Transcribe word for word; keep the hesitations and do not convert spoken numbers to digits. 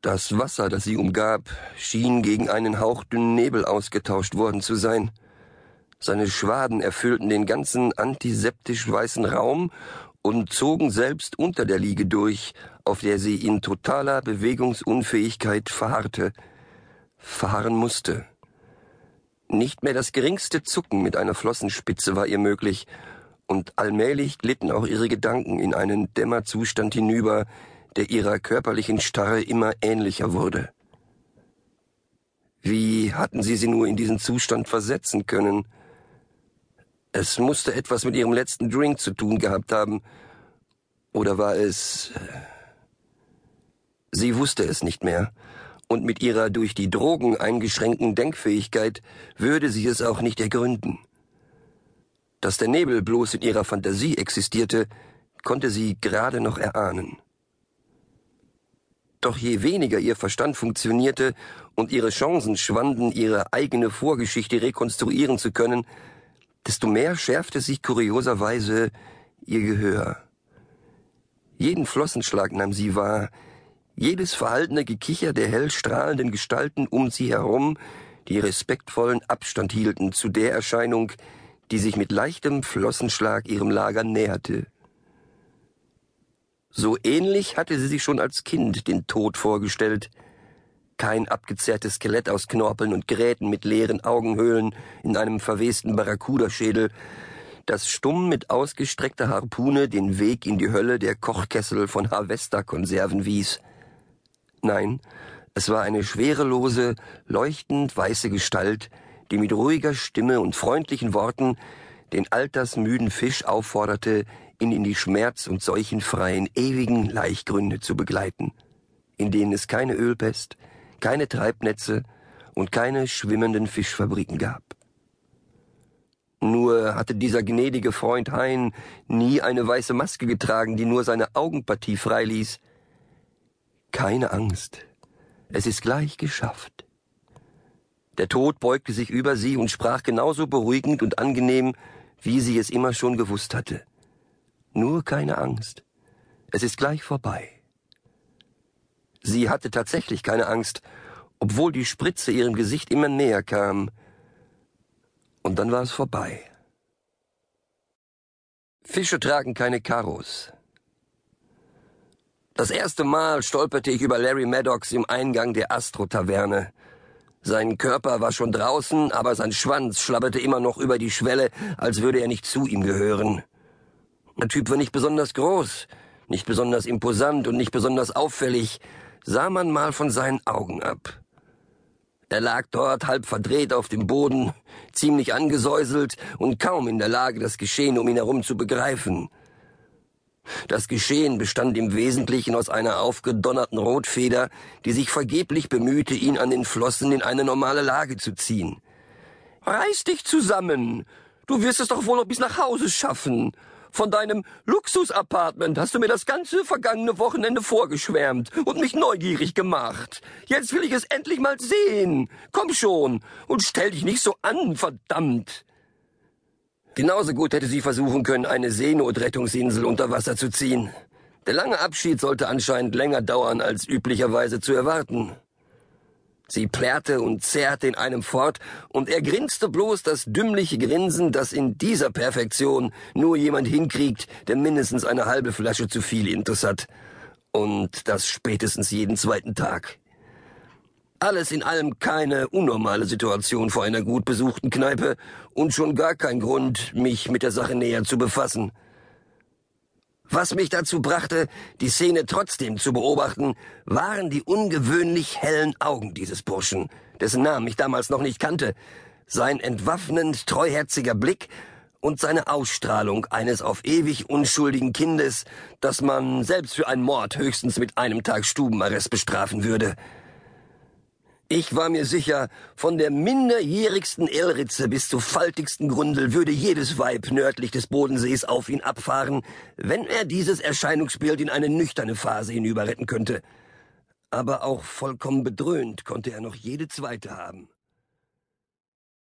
Das Wasser, das sie umgab, schien gegen einen hauchdünnen Nebel ausgetauscht worden zu sein. Seine Schwaden erfüllten den ganzen antiseptisch weißen Raum und zogen selbst unter der Liege durch, auf der sie in totaler Bewegungsunfähigkeit verharrte, verharren musste. Nicht mehr das geringste Zucken mit einer Flossenspitze war ihr möglich, und allmählich glitten auch ihre Gedanken in einen Dämmerzustand hinüber, der ihrer körperlichen Starre immer ähnlicher wurde. Wie hatten sie sie nur in diesen Zustand versetzen können? Es musste etwas mit ihrem letzten Drink zu tun gehabt haben. Oder war es... Sie wusste es nicht mehr, und mit ihrer durch die Drogen eingeschränkten Denkfähigkeit würde sie es auch nicht ergründen. Dass der Nebel bloß in ihrer Fantasie existierte, konnte sie gerade noch erahnen. Doch je weniger ihr Verstand funktionierte und ihre Chancen schwanden, ihre eigene Vorgeschichte rekonstruieren zu können, desto mehr schärfte sich kurioserweise ihr Gehör. Jeden Flossenschlag nahm sie wahr, jedes verhaltene Gekicher der hell strahlenden Gestalten um sie herum, die respektvollen Abstand hielten zu der Erscheinung, die sich mit leichtem Flossenschlag ihrem Lager näherte. So ähnlich hatte sie sich schon als Kind den Tod vorgestellt. Kein abgezehrtes Skelett aus Knorpeln und Gräten mit leeren Augenhöhlen in einem verwesten Barracuda-Schädel, das stumm mit ausgestreckter Harpune den Weg in die Hölle der Kochkessel von Harvester-Konserven wies. Nein, es war eine schwerelose, leuchtend weiße Gestalt, die mit ruhiger Stimme und freundlichen Worten den altersmüden Fisch aufforderte, ihn in die schmerz- und seuchenfreien, ewigen Laichgründe zu begleiten, in denen es keine Ölpest, keine Treibnetze und keine schwimmenden Fischfabriken gab. Nur hatte dieser gnädige Freund Hein nie eine weiße Maske getragen, die nur seine Augenpartie freiließ. Keine Angst, es ist gleich geschafft. Der Tod beugte sich über sie und sprach genauso beruhigend und angenehm, wie sie es immer schon gewusst hatte. Nur keine Angst, es ist gleich vorbei. Sie hatte tatsächlich keine Angst, obwohl die Spritze ihrem Gesicht immer näher kam. Und dann war es vorbei. Fische tragen keine Karos. Das erste Mal stolperte ich über Larry Maddox im Eingang der Astro-Taverne. Sein Körper war schon draußen, aber sein Schwanz schlabberte immer noch über die Schwelle, als würde er nicht zu ihm gehören. Der Typ war nicht besonders groß, nicht besonders imposant und nicht besonders auffällig, sah man mal von seinen Augen ab. Er lag dort halb verdreht auf dem Boden, ziemlich angesäuselt und kaum in der Lage, das Geschehen um ihn herum zu begreifen. Das Geschehen bestand im Wesentlichen aus einer aufgedonnerten Rotfeder, die sich vergeblich bemühte, ihn an den Flossen in eine normale Lage zu ziehen. »Reiß dich zusammen! Du wirst es doch wohl noch bis nach Hause schaffen! Von deinem Luxus-Apartment hast du mir das ganze vergangene Wochenende vorgeschwärmt und mich neugierig gemacht. Jetzt will ich es endlich mal sehen. Komm schon und stell dich nicht so an, verdammt!« Genauso gut hätte sie versuchen können, eine Seenotrettungsinsel unter Wasser zu ziehen. Der lange Abschied sollte anscheinend länger dauern, als üblicherweise zu erwarten. Sie plärrte und zerrte in einem fort, und er grinste bloß das dümmliche Grinsen, das in dieser Perfektion nur jemand hinkriegt, der mindestens eine halbe Flasche zu viel Intus hat. Und das spätestens jeden zweiten Tag. Alles in allem keine unnormale Situation vor einer gut besuchten Kneipe und schon gar kein Grund, mich mit der Sache näher zu befassen. Was mich dazu brachte, die Szene trotzdem zu beobachten, waren die ungewöhnlich hellen Augen dieses Burschen, dessen Namen ich damals noch nicht kannte, sein entwaffnend treuherziger Blick und seine Ausstrahlung eines auf ewig unschuldigen Kindes, das man selbst für einen Mord höchstens mit einem Tag Stubenarrest bestrafen würde. Ich war mir sicher, von der minderjährigsten Elritze bis zur faltigsten Grundel würde jedes Weib nördlich des Bodensees auf ihn abfahren, wenn er dieses Erscheinungsbild in eine nüchterne Phase hinüber retten könnte. Aber auch vollkommen bedröhnt konnte er noch jede zweite haben.